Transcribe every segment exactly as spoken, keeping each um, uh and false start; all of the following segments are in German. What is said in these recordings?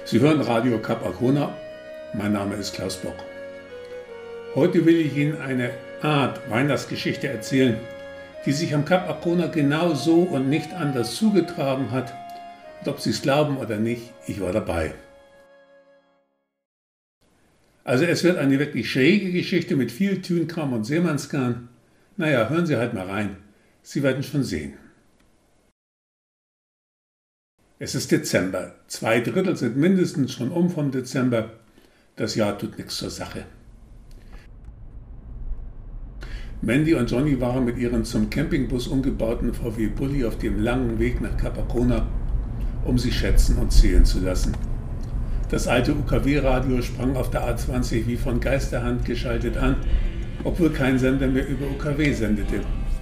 Sie hören Radio Cap Arcona. Mein Name ist Klaus Bock. Heute will ich Ihnen eine Art Weihnachtsgeschichte erzählen, die sich am Cap Arcona genau so und nicht anders zugetragen hat. Und ob Sie es glauben oder nicht, ich war dabei. Also es wird eine wirklich schräge Geschichte mit viel Tünkram und Seemannsgarn. Naja, hören Sie halt mal rein. Sie werden schon sehen. Es ist Dezember. Zwei Drittel sind mindestens schon um vom Dezember. Das Jahr tut nichts zur Sache. Mandy und Johnny waren mit ihrem zum Campingbus umgebauten V W Bulli auf dem langen Weg nach Cap Arcona, um sich schätzen und zählen zu lassen. Das alte U K W-Radio sprang auf der A zwanzig wie von Geisterhand geschaltet an, obwohl kein Sender mehr über U K W sendete.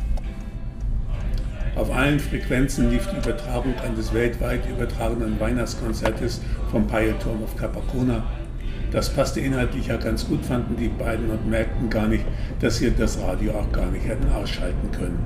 Auf allen Frequenzen lief die Übertragung eines weltweit übertragenen Weihnachtskonzertes vom Peilturm auf Cap Arcona. Das passte inhaltlich ja ganz gut, fanden die beiden und merkten gar nicht, dass sie das Radio auch gar nicht hätten ausschalten können.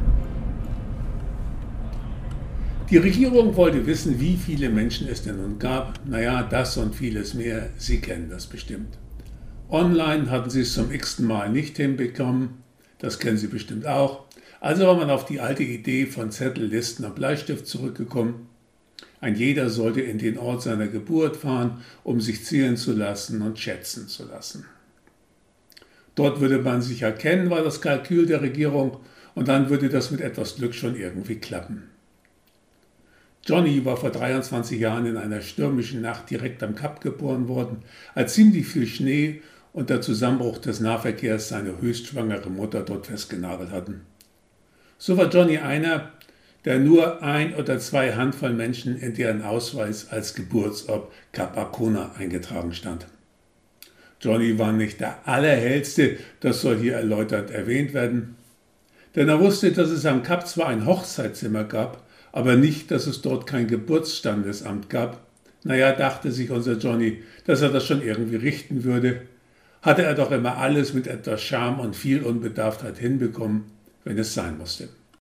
Die Regierung wollte wissen, wie viele Menschen es denn nun gab. Naja, das und vieles mehr, Sie kennen das bestimmt. Online hatten sie es zum x-ten Mal nicht hinbekommen, das kennen Sie bestimmt auch. Also war man auf die alte Idee von Zettel, Listen und Bleistift zurückgekommen. Ein jeder sollte in den Ort seiner Geburt fahren, um sich zählen zu lassen und schätzen zu lassen. Dort würde man sich erkennen, war das Kalkül der Regierung, und dann würde das mit etwas Glück schon irgendwie klappen. Johnny war vor dreiundzwanzig Jahren in einer stürmischen Nacht direkt am Kap geboren worden, als ziemlich viel Schnee und der Zusammenbruch des Nahverkehrs seine höchstschwangere Mutter dort festgenagelt hatten. So war Johnny einer, der nur ein oder zwei Handvoll Menschen in deren Ausweis als Geburtsort Cap Arcona eingetragen stand. Johnny war nicht der Allerhellste, das soll hier erläutert erwähnt werden, denn er wusste, dass es am Kap zwar ein Hochzeitszimmer gab, aber nicht, dass es dort kein Geburtsstandesamt gab. Naja, dachte sich unser Johnny, dass er das schon irgendwie richten würde. Hatte er doch immer alles mit etwas Charme und viel Unbedarftheit hinbekommen, wenn es sein musste.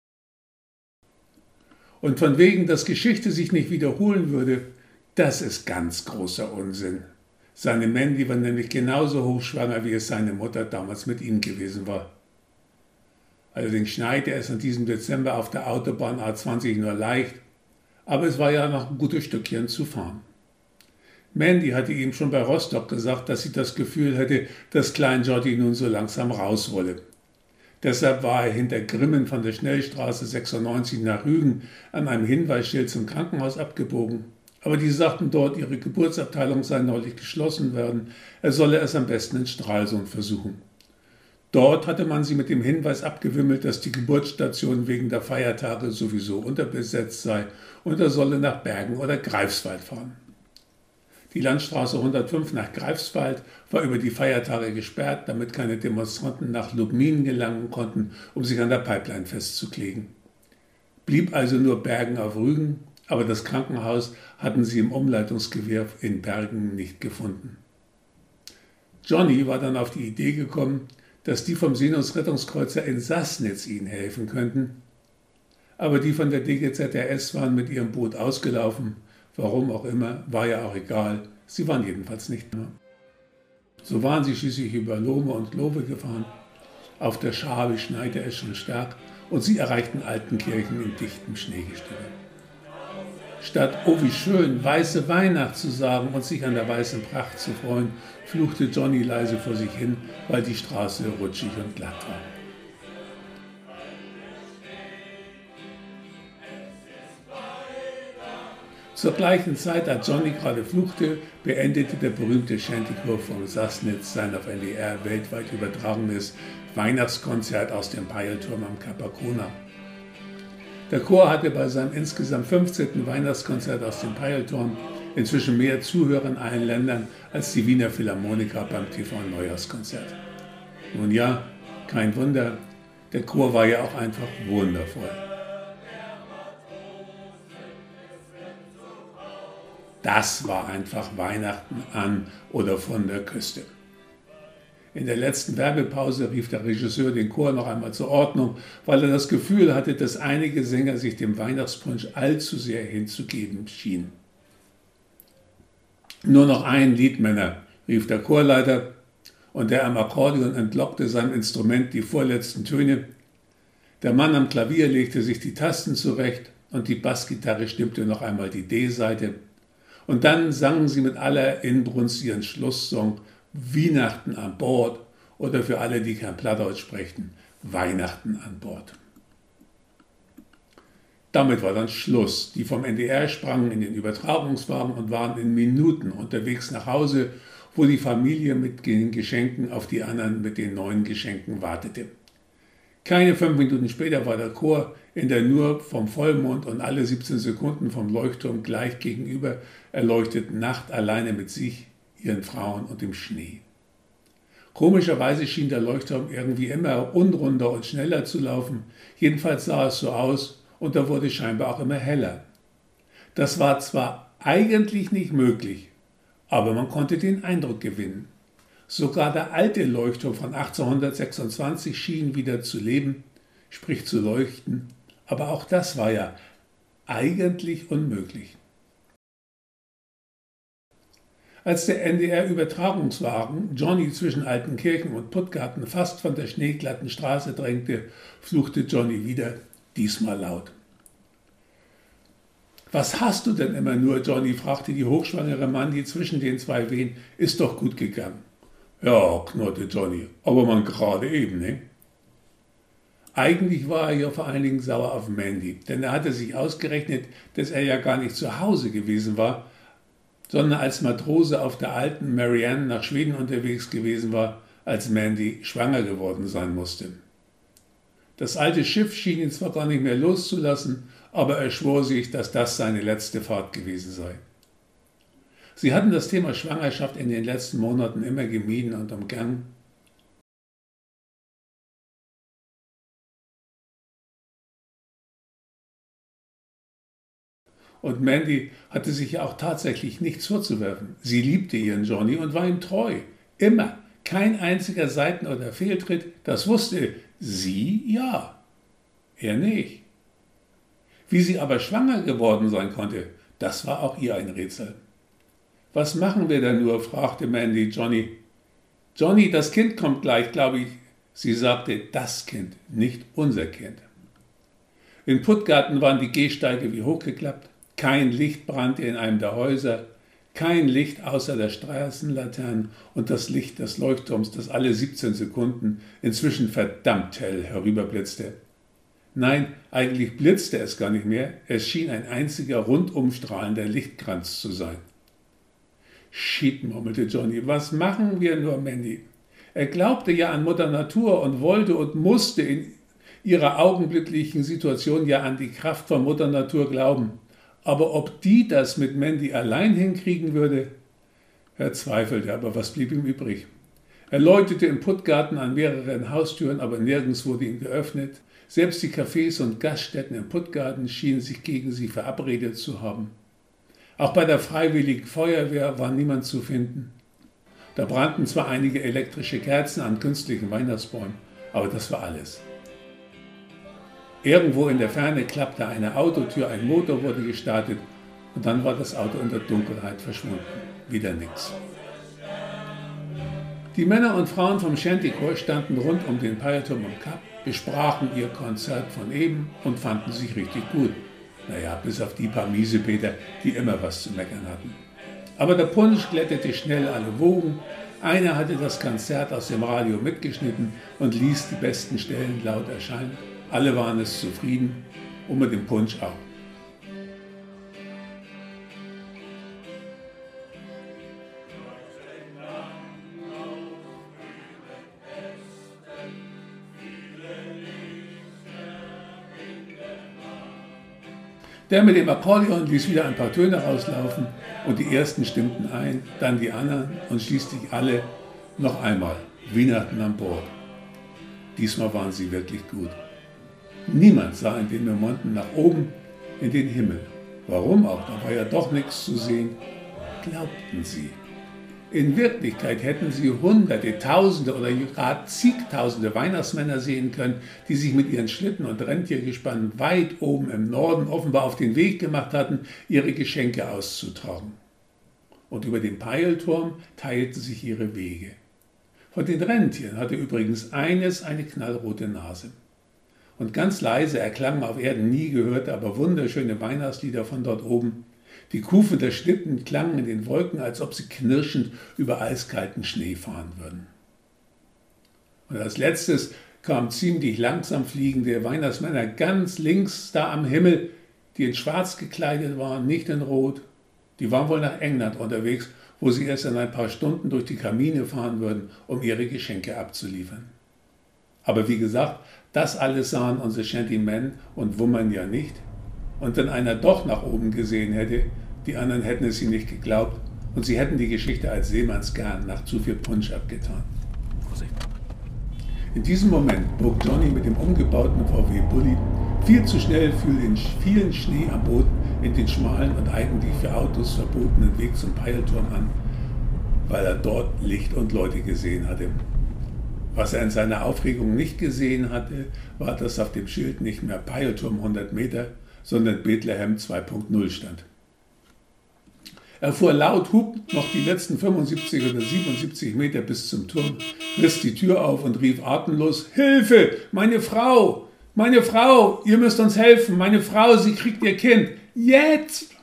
Und von wegen, dass Geschichte sich nicht wiederholen würde, das ist ganz großer Unsinn. Seine Mandy war nämlich genauso hochschwanger, wie es seine Mutter damals mit ihm gewesen war. Allerdings schneite es in diesem Dezember auf der Autobahn A zwanzig nur leicht, aber es war ja noch ein gutes Stückchen zu fahren. Mandy hatte ihm schon bei Rostock gesagt, dass sie das Gefühl hätte, dass Klein Johnny nun so langsam raus wolle. Deshalb war er hinter Grimmen von der Schnellstraße sechsundneunzig nach Rügen an einem Hinweisschild zum Krankenhaus abgebogen. Aber die sagten dort, ihre Geburtsabteilung sei neulich geschlossen worden, er solle es am besten in Stralsund versuchen. Dort hatte man sie mit dem Hinweis abgewimmelt, dass die Geburtsstation wegen der Feiertage sowieso unterbesetzt sei und er solle nach Bergen oder Greifswald fahren. Die Landstraße hundertfünf nach Greifswald war über die Feiertage gesperrt, damit keine Demonstranten nach Lubmin gelangen konnten, um sich an der Pipeline festzukleben. Blieb also nur Bergen auf Rügen, aber das Krankenhaus hatten sie im Umleitungsgewehr in Bergen nicht gefunden. Johnny war dann auf die Idee gekommen, dass die vom Seenotrettungskreuzer in Sassnitz ihnen helfen könnten. Aber die von der D G Z R S waren mit ihrem Boot ausgelaufen. Warum auch immer, war ja auch egal. Sie waren jedenfalls nicht mehr. So waren sie schließlich über Lohme und Lobe gefahren. Auf der Schabe schneite es schon stark und sie erreichten Altenkirchen in dichtem Schneegestöber. Statt "Oh wie schön, weiße Weihnacht" zu sagen und sich an der weißen Pracht zu freuen, fluchte Johnny leise vor sich hin, weil die Straße rutschig und glatt war. Zur gleichen Zeit, als Johnny gerade fluchte, beendete der berühmte Shantychor von Sassnitz sein auf N D R weltweit übertragenes Weihnachtskonzert aus dem Peilturm am Cap Arcona. Der Chor hatte bei seinem insgesamt fünfzehnten Weihnachtskonzert aus dem Peilturm inzwischen mehr Zuhörer in allen Ländern als die Wiener Philharmoniker beim T V-Neujahrskonzert. Nun ja, kein Wunder, der Chor war ja auch einfach wundervoll. Das war einfach Weihnachten an oder von der Küste. In der letzten Werbepause rief der Regisseur den Chor noch einmal zur Ordnung, weil er das Gefühl hatte, dass einige Sänger sich dem Weihnachtspunsch allzu sehr hinzugeben schienen. Nur noch ein Lied, Männer, rief der Chorleiter, und der am Akkordeon entlockte seinem Instrument die vorletzten Töne. Der Mann am Klavier legte sich die Tasten zurecht und die Bassgitarre stimmte noch einmal die D-Seite. Und dann sangen sie mit aller Inbrunst ihren Schlusssong Weihnachten an Bord oder für alle, die kein Plattdeutsch sprechen, Weihnachten an Bord. Damit war dann Schluss. Die vom N D R sprangen in den Übertragungswagen und waren in Minuten unterwegs nach Hause, wo die Familie mit den Geschenken auf die anderen mit den neuen Geschenken wartete. Keine fünf Minuten später war der Chor in der nur vom Vollmond und alle siebzehn Sekunden vom Leuchtturm gleich gegenüber erleuchteten Nacht alleine mit sich, ihren Frauen und dem Schnee. Komischerweise schien der Leuchtturm irgendwie immer unrunder und schneller zu laufen, jedenfalls sah es so aus und er wurde scheinbar auch immer heller. Das war zwar eigentlich nicht möglich, aber man konnte den Eindruck gewinnen. Sogar der alte Leuchtturm von achtzehnhundertsechsundzwanzig schien wieder zu leben, sprich zu leuchten, aber auch das war ja eigentlich unmöglich. Als der N D R-Übertragungswagen Johnny zwischen Altenkirchen und Puttgarten fast von der schneeglatten Straße drängte, fluchte Johnny wieder, diesmal laut. »Was hast du denn immer nur, Johnny?« fragte die hochschwangere Mandy zwischen den zwei Wehen. »Ist doch gut gegangen.« »Ja«, knurrte Johnny, »aber man gerade eben, ne?« Eigentlich war er ja vor allen Dingen sauer auf Mandy, denn er hatte sich ausgerechnet, dass er ja gar nicht zu Hause gewesen war, sondern als Matrose auf der alten Marianne nach Schweden unterwegs gewesen war, als Mandy schwanger geworden sein musste. Das alte Schiff schien ihn zwar gar nicht mehr loszulassen, aber er schwor sich, dass das seine letzte Fahrt gewesen sei. Sie hatten das Thema Schwangerschaft in den letzten Monaten immer gemieden und umgangen. Und Mandy hatte sich ja auch tatsächlich nichts vorzuwerfen. Sie liebte ihren Johnny und war ihm treu. Immer. Kein einziger Seiten- oder Fehltritt. Das wusste sie, ja. Er nicht. Wie sie aber schwanger geworden sein konnte, das war auch ihr ein Rätsel. »Was machen wir denn nur?« fragte Mandy Johnny. »Johnny, das Kind kommt gleich, glaube ich.« Sie sagte, das Kind, nicht unser Kind. In Puttgarten waren die Gehsteige wie hochgeklappt. Kein Licht brannte in einem der Häuser. Kein Licht außer der Straßenlaternen und das Licht des Leuchtturms, das alle siebzehn Sekunden inzwischen verdammt hell herüberblitzte. Nein, eigentlich blitzte es gar nicht mehr. Es schien ein einziger rundum strahlender Lichtkranz zu sein. »Shit«, murmelte Johnny, »was machen wir nur, Mandy?« Er glaubte ja an Mutter Natur und wollte und musste in ihrer augenblicklichen Situation ja an die Kraft von Mutter Natur glauben. Aber ob die das mit Mandy allein hinkriegen würde? Er zweifelte, aber was blieb ihm übrig? Er läutete im Puttgarten an mehreren Haustüren, aber nirgends wurde ihm geöffnet. Selbst die Cafés und Gaststätten im Puttgarten schienen sich gegen sie verabredet zu haben. Auch bei der Freiwilligen Feuerwehr war niemand zu finden. Da brannten zwar einige elektrische Kerzen an künstlichen Weihnachtsbäumen, aber das war alles. Irgendwo in der Ferne klappte eine Autotür, ein Motor wurde gestartet und dann war das Auto in der Dunkelheit verschwunden. Wieder nichts. Die Männer und Frauen vom Shantychor standen rund um den Peierturm am Kap, besprachen ihr Konzert von eben und fanden sich richtig gut. Naja, bis auf die paar Miesepeter, die immer was zu meckern hatten. Aber der Punsch glättete schnell alle Wogen. Einer hatte das Konzert aus dem Radio mitgeschnitten und ließ die besten Stellen laut erscheinen. Alle waren es zufrieden und mit dem Punsch auch. Der mit dem Akkordeon ließ wieder ein paar Töne rauslaufen und die ersten stimmten ein, dann die anderen und schließlich alle noch einmal Weihnachten an Bord. Diesmal waren sie wirklich gut. Niemand sah in den Momenten nach oben in den Himmel. Warum auch? Da war ja doch nichts zu sehen, glaubten sie. In Wirklichkeit hätten sie Hunderte, Tausende oder gerade zigtausende Weihnachtsmänner sehen können, die sich mit ihren Schlitten und Rentiergespannen weit oben im Norden offenbar auf den Weg gemacht hatten, ihre Geschenke auszutragen. und über den Peilturm teilten sich ihre Wege. Von den Renntieren hatte übrigens eines eine knallrote Nase. Und ganz leise erklangen auf Erden nie gehörte, aber wunderschöne Weihnachtslieder von dort oben. Die Kufen der Schlitten klangen in den Wolken, als ob sie knirschend über eiskalten Schnee fahren würden. Und als letztes kamen ziemlich langsam fliegende Weihnachtsmänner ganz links da am Himmel, die in schwarz gekleidet waren, nicht in rot. Die waren wohl nach England unterwegs, wo sie erst in ein paar Stunden durch die Kamine fahren würden, um ihre Geschenke abzuliefern. Aber wie gesagt, das alles sahen unsere Gentlemen und Women ja nicht. Und wenn einer doch nach oben gesehen hätte, die anderen hätten es ihm nicht geglaubt und sie hätten die Geschichte als Seemannsgarn nach zu viel Punsch abgetan. In diesem Moment bog Johnny mit dem umgebauten V W Bulli viel zu schnell für den vielen Schnee am Boden in den schmalen und eigentlich für Autos verbotenen Weg zum Peilturm an, weil er dort Licht und Leute gesehen hatte. Was er in seiner Aufregung nicht gesehen hatte, war, dass auf dem Schild nicht mehr Peilturm hundert Meter, sondern Bethlehem zwei Punkt null stand. Er fuhr laut hupend noch die letzten fünfundsiebzig oder siebenundsiebzig Meter bis zum Turm, riss die Tür auf und rief atemlos: Hilfe, meine Frau, meine Frau, ihr müsst uns helfen, meine Frau, sie kriegt ihr Kind, jetzt!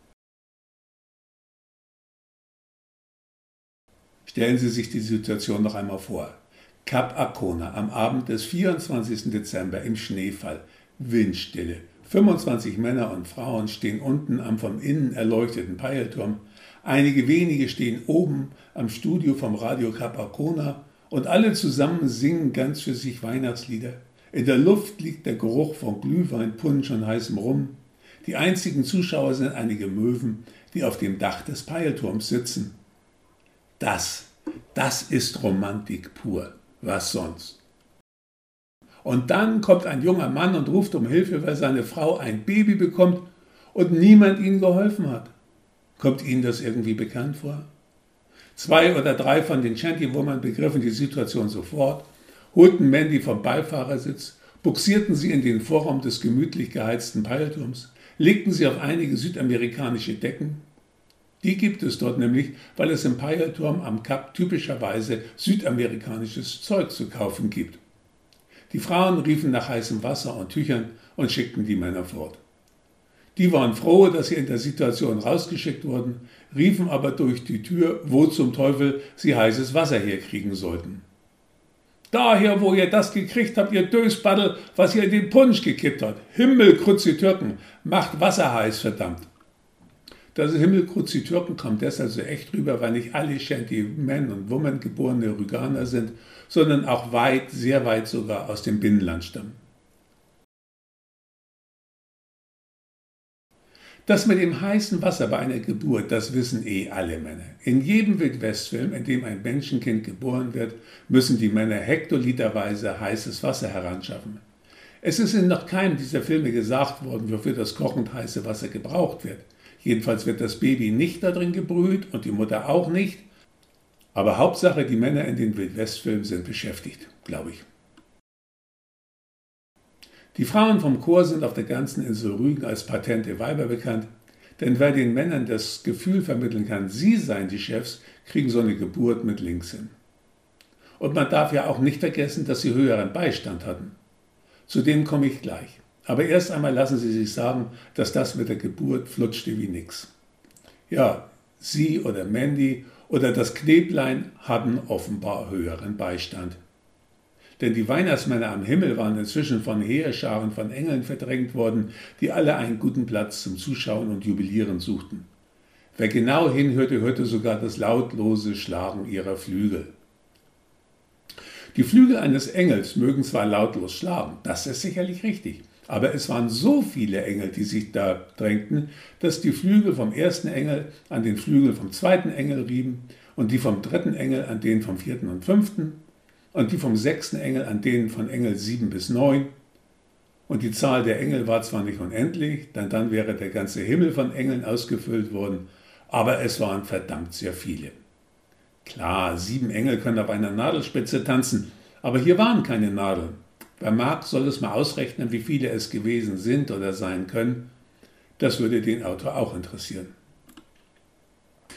Stellen Sie sich die Situation noch einmal vor. Kap Arkona am Abend des vierundzwanzigsten Dezember im Schneefall, Windstille. fünfundzwanzig Männer und Frauen stehen unten am von innen erleuchteten Peilturm. Einige wenige stehen oben am Studio vom Radio Kap Arkona und alle zusammen singen ganz für sich Weihnachtslieder. In der Luft liegt der Geruch von Glühwein, Punsch und heißem Rum. Die einzigen Zuschauer sind einige Möwen, die auf dem Dach des Peilturms sitzen. Das, das ist Romantik pur. Was sonst? Und dann kommt ein junger Mann und ruft um Hilfe, weil seine Frau ein Baby bekommt und niemand ihnen geholfen hat. Kommt Ihnen das irgendwie bekannt vor? Zwei oder drei von den Gentlewomen begriffen die Situation sofort, holten Mandy vom Beifahrersitz, buxierten sie in den Vorraum des gemütlich geheizten Peilturms, legten sie auf einige südamerikanische Decken. Die gibt es dort nämlich, weil es im Peilturm am Kap typischerweise südamerikanisches Zeug zu kaufen gibt. Die Frauen riefen nach heißem Wasser und Tüchern und schickten die Männer fort. Die waren froh, dass sie in der Situation rausgeschickt wurden, riefen aber durch die Tür, wo zum Teufel sie heißes Wasser herkriegen sollten. Daher, wo ihr das gekriegt habt, ihr Dösbaddel, was ihr in den Punsch gekippt habt. Himmelkruzzi Türken, macht Wasser heiß, verdammt. Das Himmelkruzzi Türken kommt deshalb so echt rüber, weil nicht alle Gentlemen und Women geborene Rüganer sind, sondern auch weit, sehr weit sogar aus dem Binnenland stammen. Das mit dem heißen Wasser bei einer Geburt, das wissen eh alle Männer. In jedem Wildwestfilm, in dem ein Menschenkind geboren wird, müssen die Männer hektoliterweise heißes Wasser heranschaffen. Es ist in noch keinem dieser Filme gesagt worden, wofür das kochend heiße Wasser gebraucht wird. Jedenfalls wird das Baby nicht darin gebrüht und die Mutter auch nicht. Aber Hauptsache, die Männer in den Wildwestfilmen sind beschäftigt, glaube ich. Die Frauen vom Chor sind auf der ganzen Insel Rügen als patente Weiber bekannt, denn wer den Männern das Gefühl vermitteln kann, sie seien die Chefs, kriegen so eine Geburt mit links hin. Und man darf ja auch nicht vergessen, dass sie höheren Beistand hatten. Zu dem komme ich gleich. Aber erst einmal lassen Sie sich sagen, dass das mit der Geburt flutschte wie nix. Ja, Sie oder Mandy oder das Knäblein hatten offenbar höheren Beistand. Denn die Weihnachtsmänner am Himmel waren inzwischen von Heerscharen von Engeln verdrängt worden, die alle einen guten Platz zum Zuschauen und Jubilieren suchten. Wer genau hinhörte, hörte sogar das lautlose Schlagen ihrer Flügel. Die Flügel eines Engels mögen zwar lautlos schlagen, das ist sicherlich richtig, aber es waren so viele Engel, die sich da drängten, dass die Flügel vom ersten Engel an den Flügel vom zweiten Engel rieben und die vom dritten Engel an den vom vierten und fünften und die vom sechsten Engel an denen von Engel sieben bis neun. Und die Zahl der Engel war zwar nicht unendlich, denn dann wäre der ganze Himmel von Engeln ausgefüllt worden, aber es waren verdammt sehr viele. Klar, sieben Engel können auf einer Nadelspitze tanzen, aber hier waren keine Nadeln. Wer mag, soll es mal ausrechnen, wie viele es gewesen sind oder sein können. Das würde den Autor auch interessieren.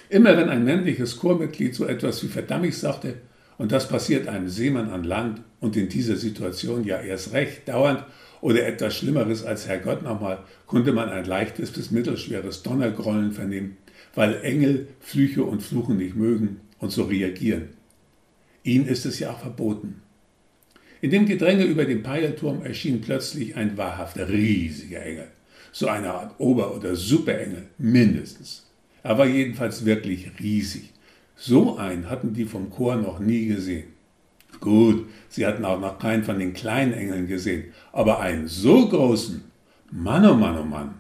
Immer wenn ein männliches Chormitglied so etwas wie verdammt ich sagte, und das passiert einem Seemann an Land und in dieser Situation ja erst recht dauernd oder etwas Schlimmeres als Herrgott nochmal, konnte man ein leichtes bis mittelschweres Donnergrollen vernehmen, weil Engel Flüche und Fluchen nicht mögen und so reagieren. Ihnen ist es ja auch verboten. In dem Gedränge über den Peilturm erschien plötzlich ein wahrhaft riesiger Engel. So eine Art Ober- oder Superengel, mindestens. Er war jedenfalls wirklich riesig. So einen hatten die vom Chor noch nie gesehen. Gut, sie hatten auch noch keinen von den kleinen Engeln gesehen, aber einen so großen, Mann, oh Mann, oh Mann.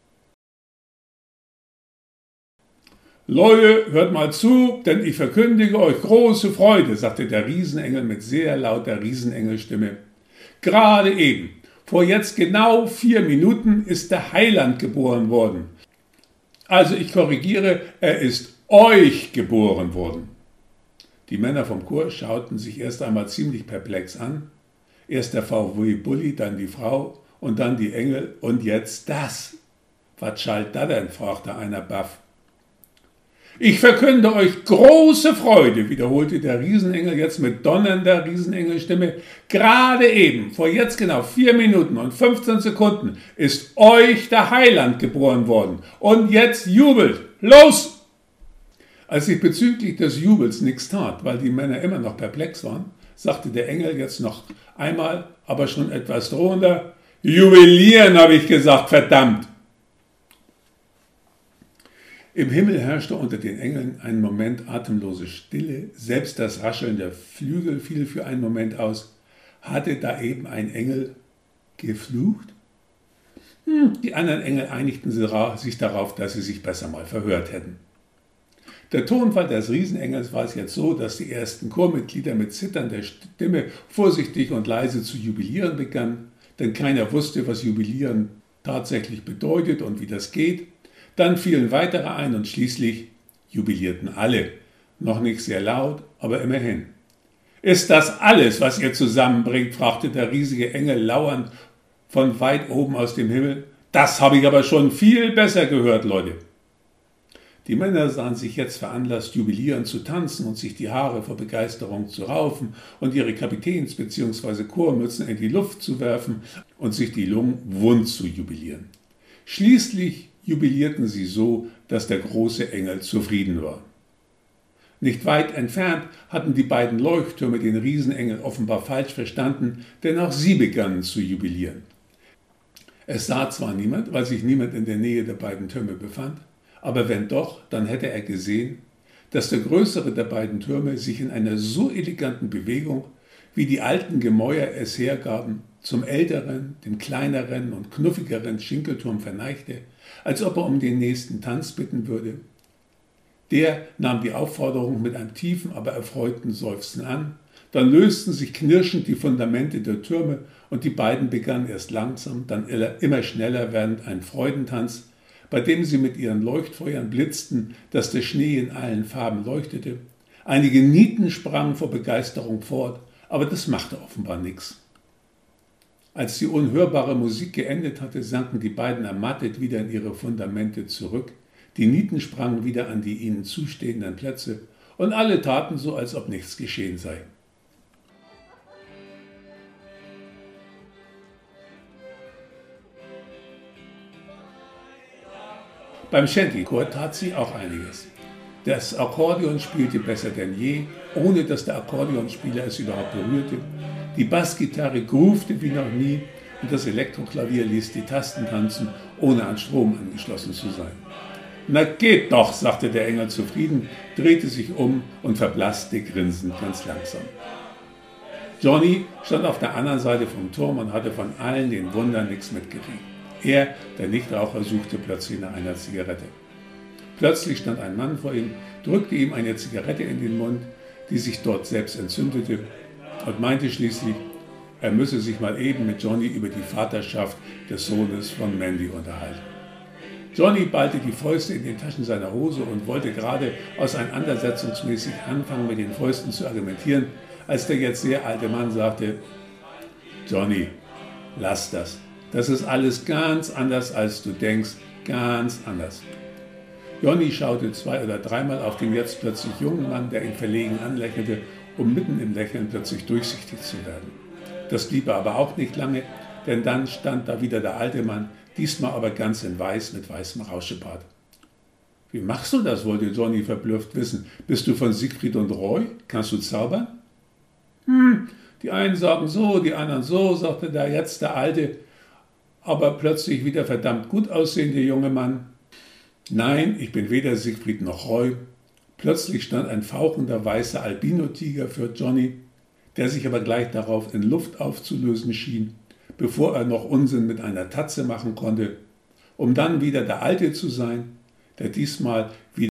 Leute, hört mal zu, denn ich verkündige euch große Freude, sagte der Riesenengel mit sehr lauter Riesenengelstimme. Gerade eben, vor jetzt genau vier Minuten, ist der Heiland geboren worden. Also ich korrigiere, er ist euch geboren worden. Die Männer vom Chor schauten sich erst einmal ziemlich perplex an. Erst der V W-Bulli, dann die Frau und dann die Engel und jetzt das. Was schallt da denn, fragte einer baff. Ich verkünde euch große Freude, wiederholte der Riesenengel jetzt mit donnernder Riesenengelstimme. Gerade eben, vor jetzt genau vier Minuten und fünfzehn Sekunden, ist euch der Heiland geboren worden. Und jetzt jubelt. Los! Als sich bezüglich des Jubels nichts tat, weil die Männer immer noch perplex waren, sagte der Engel jetzt noch einmal, aber schon etwas drohender, Jubilieren, habe ich gesagt, verdammt! Im Himmel herrschte unter den Engeln einen Moment atemlose Stille, selbst das Rascheln der Flügel fiel für einen Moment aus. Hatte da eben ein Engel geflucht? Hm, die anderen Engel einigten sich darauf, dass sie sich besser mal verhört hätten. Der Tonfall des Riesenengels war es jetzt so, dass die ersten Chormitglieder mit zitternder Stimme vorsichtig und leise zu jubilieren begannen, denn keiner wusste, was Jubilieren tatsächlich bedeutet und wie das geht. Dann fielen weitere ein und schließlich jubilierten alle. Noch nicht sehr laut, aber immerhin. Ist das alles, was ihr zusammenbringt? Fragte der riesige Engel lauernd von weit oben aus dem Himmel. Das habe ich aber schon viel besser gehört, Leute. Die Männer sahen sich jetzt veranlasst, jubilierend zu tanzen und sich die Haare vor Begeisterung zu raufen und ihre Kapitäns- bzw. Chormützen in die Luft zu werfen und sich die Lungen wund zu jubilieren. Schließlich jubilierten sie so, dass der große Engel zufrieden war. Nicht weit entfernt hatten die beiden Leuchttürme den Riesenengel offenbar falsch verstanden, denn auch sie begannen zu jubilieren. Es sah zwar niemand, weil sich niemand in der Nähe der beiden Türme befand, aber wenn doch, dann hätte er gesehen, dass der größere der beiden Türme sich in einer so eleganten Bewegung, wie die alten Gemäuer es hergaben, zum älteren, dem kleineren und knuffigeren Schinkelturm verneigte, als ob er um den nächsten Tanz bitten würde. Der nahm die Aufforderung mit einem tiefen, aber erfreuten Seufzen an, dann lösten sich knirschend die Fundamente der Türme und die beiden begannen erst langsam, dann immer schneller werdend einen Freudentanz, bei dem sie mit ihren Leuchtfeuern blitzten, dass der Schnee in allen Farben leuchtete. Einige Nieten sprangen vor Begeisterung fort, aber das machte offenbar nichts. Als die unhörbare Musik geendet hatte, sanken die beiden ermattet wieder in ihre Fundamente zurück, die Nieten sprangen wieder an die ihnen zustehenden Plätze und alle taten so, als ob nichts geschehen sei. Beim Shanty-Chor tat sie auch einiges. Das Akkordeon spielte besser denn je, ohne dass der Akkordeonspieler es überhaupt berührte. Die Bassgitarre groovte wie noch nie und das Elektroklavier ließ die Tasten tanzen, ohne an Strom angeschlossen zu sein. Na geht doch, sagte der Engel zufrieden, drehte sich um und verblasste grinsend ganz langsam. Johnny stand auf der anderen Seite vom Turm und hatte von allen den Wundern nichts mitgekriegt. Er, der Nichtraucher, suchte plötzlich nach einer Zigarette. Plötzlich stand ein Mann vor ihm, drückte ihm eine Zigarette in den Mund, die sich dort selbst entzündete, und meinte schließlich, er müsse sich mal eben mit Johnny über die Vaterschaft des Sohnes von Mandy unterhalten. Johnny ballte die Fäuste in den Taschen seiner Hose und wollte gerade auseinandersetzungsmäßig anfangen, mit den Fäusten zu argumentieren, als der jetzt sehr alte Mann sagte, Johnny, lass das. Das ist alles ganz anders, als du denkst, ganz anders. Johnny schaute zwei oder dreimal auf den jetzt plötzlich jungen Mann, der ihn verlegen anlächelte, um mitten im Lächeln plötzlich durchsichtig zu werden. Das blieb aber auch nicht lange, denn dann stand da wieder der alte Mann, diesmal aber ganz in weiß mit weißem Rauschebart. »Wie machst du das?« wollte Johnny verblüfft wissen. »Bist du von Siegfried und Roy? Kannst du zaubern?« »Hm, die einen sagen so, die anderen so«, sagte da jetzt der alte, aber plötzlich wieder verdammt gut aussehende junge Mann. »Nein, ich bin weder Siegfried noch Roy.« Plötzlich stand ein fauchender weißer Albino-Tiger für Johnny, der sich aber gleich darauf in Luft aufzulösen schien, bevor er noch Unsinn mit einer Tatze machen konnte, um dann wieder der Alte zu sein, der diesmal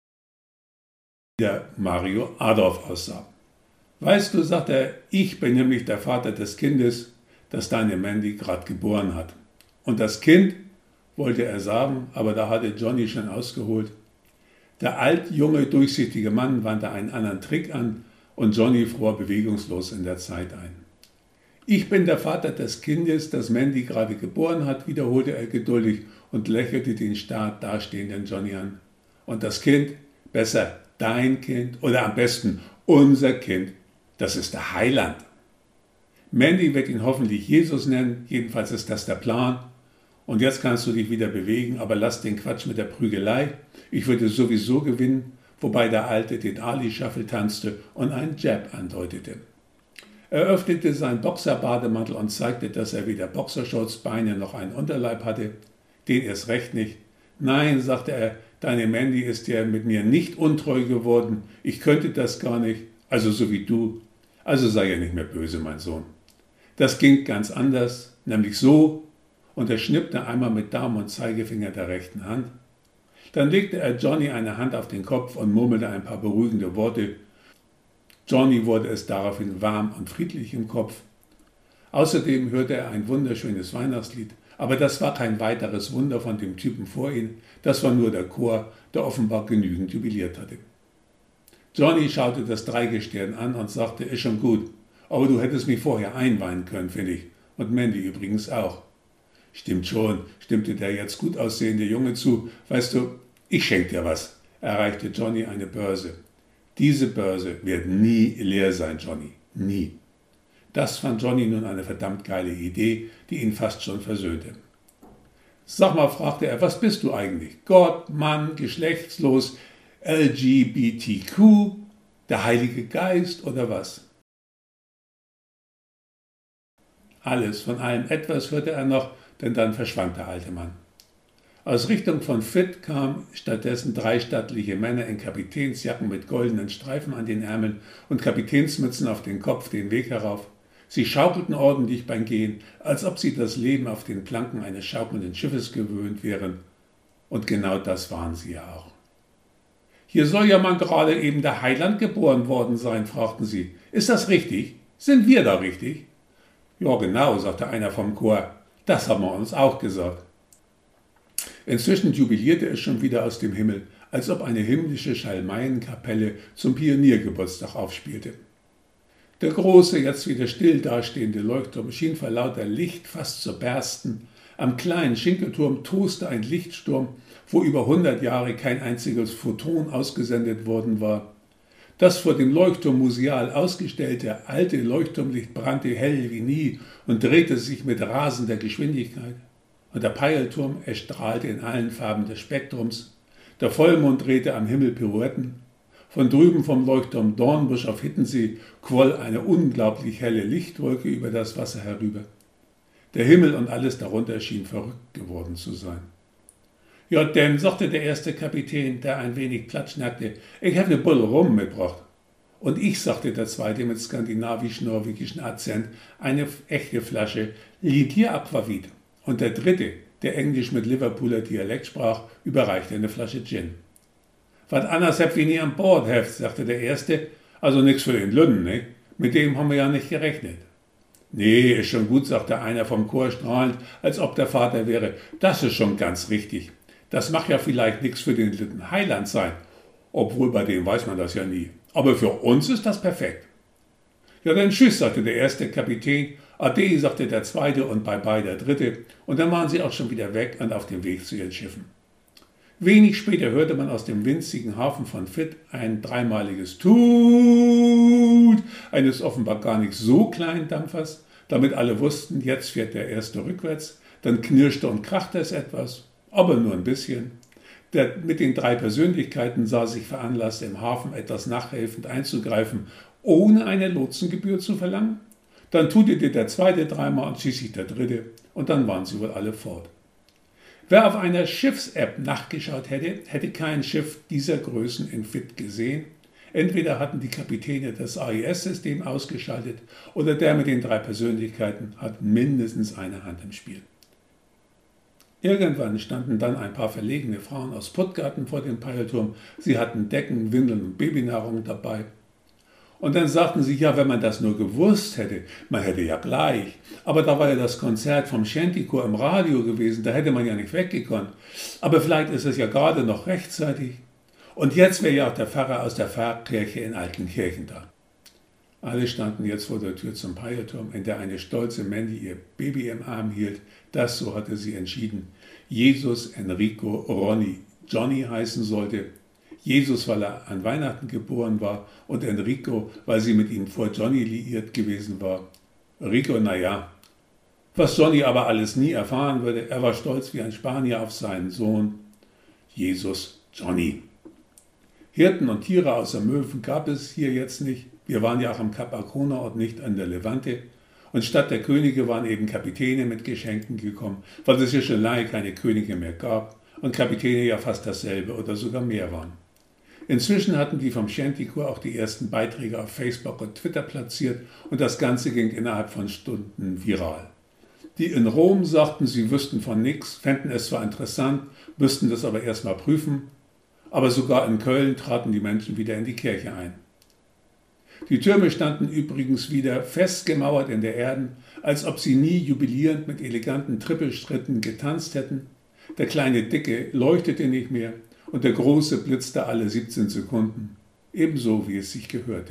wieder Mario Adolf aussah. »Weißt du«, sagte er, »ich bin nämlich der Vater des Kindes, das deine Mandy gerade geboren hat.« Und das Kind, wollte er sagen, aber da hatte Johnny schon ausgeholt. Der altjunge, durchsichtige Mann wandte einen anderen Trick an und Johnny fror bewegungslos in der Zeit ein. »Ich bin der Vater des Kindes, das Mandy gerade geboren hat«, wiederholte er geduldig und lächelte den starr dastehenden Johnny an. »Und das Kind, besser dein Kind oder am besten unser Kind, das ist der Heiland. Mandy wird ihn hoffentlich Jesus nennen, jedenfalls ist das der Plan. Und jetzt kannst du dich wieder bewegen, aber lass den Quatsch mit der Prügelei. Ich würde sowieso gewinnen«, wobei der Alte den Ali-Shuffle tanzte und einen Jab andeutete. Er öffnete seinen Boxerbademantel und zeigte, dass er weder Boxershorts, Beine noch einen Unterleib hatte. Den erst recht nicht. »Nein«, sagte er, »deine Mandy ist ja mit mir nicht untreu geworden. Ich könnte das gar nicht, also so wie du. Also sei ja nicht mehr böse, mein Sohn. Das ging ganz anders, nämlich so«, und er schnippte einmal mit Daumen und Zeigefinger der rechten Hand. Dann legte er Johnny eine Hand auf den Kopf und murmelte ein paar beruhigende Worte. Johnny wurde es daraufhin warm und friedlich im Kopf. Außerdem hörte er ein wunderschönes Weihnachtslied, aber das war kein weiteres Wunder von dem Typen vor ihm, das war nur der Chor, der offenbar genügend jubiliert hatte. Johnny schaute das Dreigestirn an und sagte, ist schon gut, aber du hättest mich vorher einweihen können, finde ich, und Mandy übrigens auch. Stimmt schon, stimmte der jetzt gut aussehende Junge zu. Weißt du, ich schenke dir was, erreichte Johnny eine Börse. Diese Börse wird nie leer sein, Johnny, nie. Das fand Johnny nun eine verdammt geile Idee, die ihn fast schon versöhnte. Sag mal, fragte er, was bist du eigentlich? Gott, Mann, geschlechtslos, L G B T Q, der Heilige Geist oder was? Alles, von allem etwas hörte er noch, denn dann verschwand der alte Mann. Aus Richtung von Fit kamen stattdessen drei stattliche Männer in Kapitänsjacken mit goldenen Streifen an den Ärmeln und Kapitänsmützen auf den Kopf den Weg herauf. Sie schaukelten ordentlich beim Gehen, als ob sie das Leben auf den Planken eines schaukelnden Schiffes gewöhnt wären. Und genau das waren sie ja auch. »Hier soll ja mal gerade eben der Heiland geboren worden sein«, fragten sie. »Ist das richtig? Sind wir da richtig?« »Ja, genau«, sagte einer vom Chor. »Das haben wir uns auch gesagt.« Inzwischen jubilierte es schon wieder aus dem Himmel, als ob eine himmlische Schalmeienkapelle zum Pioniergeburtstag aufspielte. Der große, jetzt wieder still dastehende Leuchtturm schien vor lauter Licht fast zu bersten. Am kleinen Schinkelturm toste ein Lichtsturm, wo über hundert Jahre kein einziges Photon ausgesendet worden war. Das vor dem Leuchtturm museal ausgestellte alte Leuchtturmlicht brannte hell wie nie und drehte sich mit rasender Geschwindigkeit. Und der Peilturm erstrahlte in allen Farben des Spektrums. Der Vollmond drehte am Himmel Pirouetten. Von drüben vom Leuchtturm Dornbusch auf Hittensee quoll eine unglaublich helle Lichtwolke über das Wasser herüber. Der Himmel und alles darunter schien verrückt geworden zu sein. »Ja, denn«, sagte der erste Kapitän, der ein wenig platschnackte, »ich habe eine Bulle Rum mitgebracht.« »Und ich«, sagte der zweite mit skandinavisch-norwegischen Akzent, »eine echte Flasche Lidia Aquavit.« Und der dritte, der Englisch mit Liverpooler Dialekt sprach, überreichte eine Flasche Gin. »Was anderes habt ihr nie an Bord, Heft«, sagte der erste, »also nix für den Lünnen, ne? Mit dem haben wir ja nicht gerechnet.« »Nee, ist schon gut«, sagte einer vom Chor strahlend, als ob der Vater wäre, »das ist schon ganz richtig. Das mag ja vielleicht nichts für den Litten Heiland sein, obwohl bei dem weiß man das ja nie. Aber für uns ist das perfekt.« »Ja, dann tschüss«, sagte der erste Kapitän, »Ade«, sagte der zweite und bye-bye der dritte, und dann waren sie auch schon wieder weg und auf dem Weg zu ihren Schiffen. Wenig später hörte man aus dem winzigen Hafen von Fit ein dreimaliges Tut eines offenbar gar nicht so kleinen Dampfers, damit alle wussten, jetzt fährt der erste rückwärts. Dann knirschte und krachte es etwas, aber nur ein bisschen. Der mit den drei Persönlichkeiten sah sich veranlasst, im Hafen etwas nachhelfend einzugreifen, ohne eine Lotsengebühr zu verlangen. Dann tutete der zweite dreimal und schließlich der dritte, und dann waren sie wohl alle fort. Wer auf einer Schiffs-App nachgeschaut hätte, hätte kein Schiff dieser Größen in Fit gesehen. Entweder hatten die Kapitäne das A I S-System ausgeschaltet oder der mit den drei Persönlichkeiten hat mindestens eine Hand im Spiel. Irgendwann standen dann ein paar verlegene Frauen aus Puttgarten vor dem Peilturm. Sie hatten Decken, Windeln und Babynahrung dabei. Und dann sagten sie, ja, wenn man das nur gewusst hätte, man hätte ja gleich. Aber da war ja das Konzert vom Shantychor im Radio gewesen, da hätte man ja nicht weggekonnt. Aber vielleicht ist es ja gerade noch rechtzeitig. Und jetzt wäre ja auch der Pfarrer aus der Pfarrkirche in Altenkirchen da. Alle standen jetzt vor der Tür zum Peilturm, in der eine stolze Mandy ihr Baby im Arm hielt. Das, so hatte sie entschieden, Jesus Enrico Ronny Johnny heißen sollte. Jesus, weil er an Weihnachten geboren war, und Enrico, weil sie mit ihm vor Johnny liiert gewesen war. Rico, naja, was Johnny aber alles nie erfahren würde, er war stolz wie ein Spanier auf seinen Sohn, Jesus Johnny. Hirten und Tiere außer Möwen gab es hier jetzt nicht. Wir waren ja auch am Kap Arkona und nicht an der Levante. Und statt der Könige waren eben Kapitäne mit Geschenken gekommen, weil es ja schon lange keine Könige mehr gab und Kapitäne ja fast dasselbe oder sogar mehr waren. Inzwischen hatten die vom Shantychor auch die ersten Beiträge auf Facebook und Twitter platziert und das Ganze ging innerhalb von Stunden viral. Die in Rom sagten, sie wüssten von nichts, fänden es zwar interessant, müssten das aber erstmal prüfen, aber sogar in Köln traten die Menschen wieder in die Kirche ein. Die Türme standen übrigens wieder festgemauert in der Erde, als ob sie nie jubilierend mit eleganten Trippelschritten getanzt hätten. Der kleine Dicke leuchtete nicht mehr und der Große blitzte alle siebzehn Sekunden, ebenso wie es sich gehörte.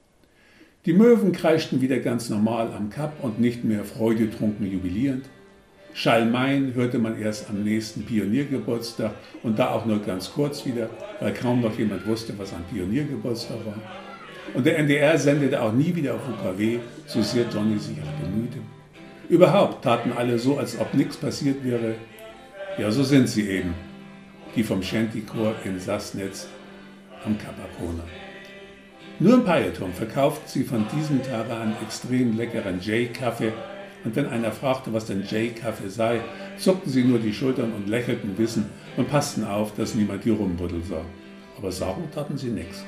Die Möwen kreischten wieder ganz normal am Kap und nicht mehr freudetrunken jubilierend. Schalmeien hörte man erst am nächsten Pioniergeburtstag und da auch nur ganz kurz wieder, weil kaum noch jemand wusste, was ein Pioniergeburtstag war. Und der N D R sendete auch nie wieder auf U K W, so sehr Johnny sich auch bemühte. Überhaupt taten alle so, als ob nichts passiert wäre. Ja, so sind sie eben, die vom Shantychor in Sassnitz am Kap Arkona. Nur im Peilturm verkauften sie von diesem Tage an extrem leckeren J-Kaffee, und wenn einer fragte, was denn J-Kaffee sei, zuckten sie nur die Schultern und lächelten wissend und passten auf, dass niemand die Rumbuddel sah. Aber sagen taten sie nichts.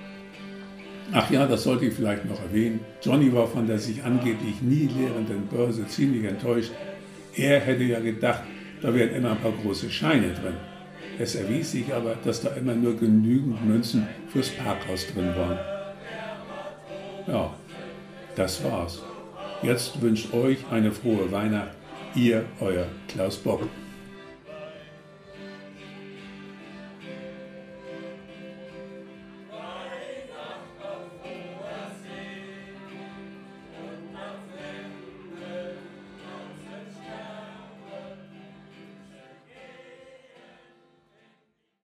Ach ja, das sollte ich vielleicht noch erwähnen. Johnny war von der sich angeblich nie leerenden Börse ziemlich enttäuscht. Er hätte ja gedacht, da wären immer ein paar große Scheine drin. Es erwies sich aber, dass da immer nur genügend Münzen fürs Parkhaus drin waren. Ja, das war's. Jetzt wünscht euch eine frohe Weihnacht, ihr, euer Klaus Bock.